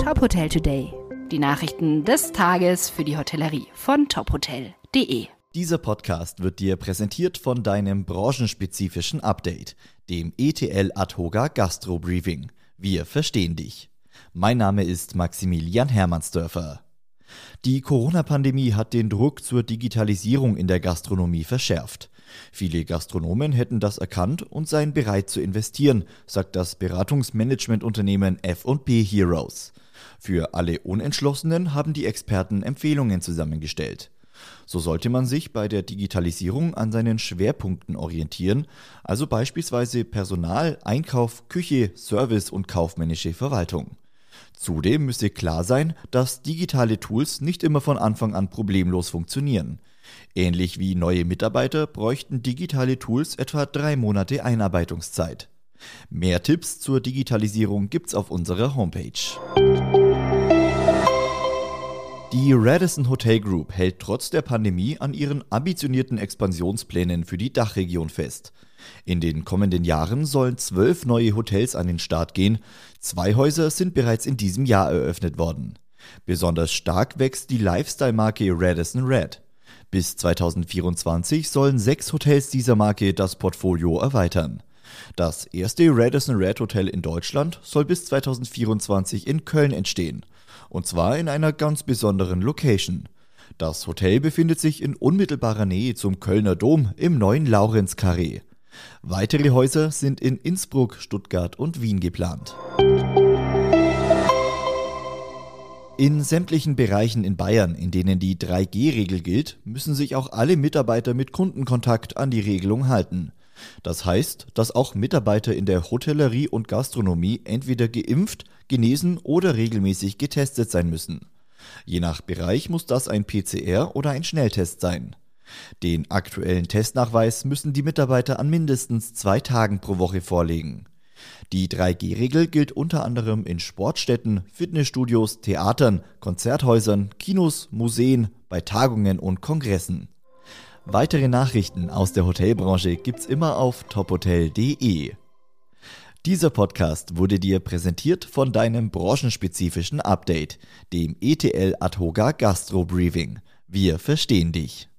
Top Hotel Today. Die Nachrichten des Tages für die Hotellerie von tophotel.de. Dieser Podcast wird dir präsentiert von deinem branchenspezifischen Update, dem ETL Adhoga Gastro Briefing. Wir verstehen dich. Mein Name ist Maximilian Hermannsdörfer. Die Corona-Pandemie hat den Druck zur Digitalisierung in der Gastronomie verschärft. Viele Gastronomen hätten das erkannt und seien bereit zu investieren, sagt das Beratungsmanagementunternehmen F&B Heroes. Für alle Unentschlossenen haben die Experten Empfehlungen zusammengestellt. So sollte man sich bei der Digitalisierung an seinen Schwerpunkten orientieren, also beispielsweise Personal, Einkauf, Küche, Service und kaufmännische Verwaltung. Zudem müsse klar sein, dass digitale Tools nicht immer von Anfang an problemlos funktionieren. Ähnlich wie neue Mitarbeiter bräuchten digitale Tools etwa 3 Monate Einarbeitungszeit. Mehr Tipps zur Digitalisierung gibt's auf unserer Homepage. Die Radisson Hotel Group hält trotz der Pandemie an ihren ambitionierten Expansionsplänen für die Dachregion fest. In den kommenden Jahren sollen 12 neue Hotels an den Start gehen. 2 Häuser sind bereits in diesem Jahr eröffnet worden. Besonders stark wächst die Lifestyle-Marke Radisson Red. Bis 2024 sollen 6 Hotels dieser Marke das Portfolio erweitern. Das erste Radisson Red Hotel in Deutschland soll bis 2024 in Köln entstehen. Und zwar in einer ganz besonderen Location. Das Hotel befindet sich in unmittelbarer Nähe zum Kölner Dom im neuen Laurenz-Karree. Weitere Häuser sind in Innsbruck, Stuttgart und Wien geplant. In sämtlichen Bereichen in Bayern, in denen die 3G-Regel gilt, müssen sich auch alle Mitarbeiter mit Kundenkontakt an die Regelung halten. Das heißt, dass auch Mitarbeiter in der Hotellerie und Gastronomie entweder geimpft, genesen oder regelmäßig getestet sein müssen. Je nach Bereich muss das ein PCR oder ein Schnelltest sein. Den aktuellen Testnachweis müssen die Mitarbeiter an mindestens 2 Tagen pro Woche vorlegen. Die 3G-Regel gilt unter anderem in Sportstätten, Fitnessstudios, Theatern, Konzerthäusern, Kinos, Museen, bei Tagungen und Kongressen. Weitere Nachrichten aus der Hotelbranche gibt's immer auf tophotel.de. Dieser Podcast wurde dir präsentiert von deinem branchenspezifischen Update, dem ETL Adhoga Gastro Briefing. Wir verstehen dich.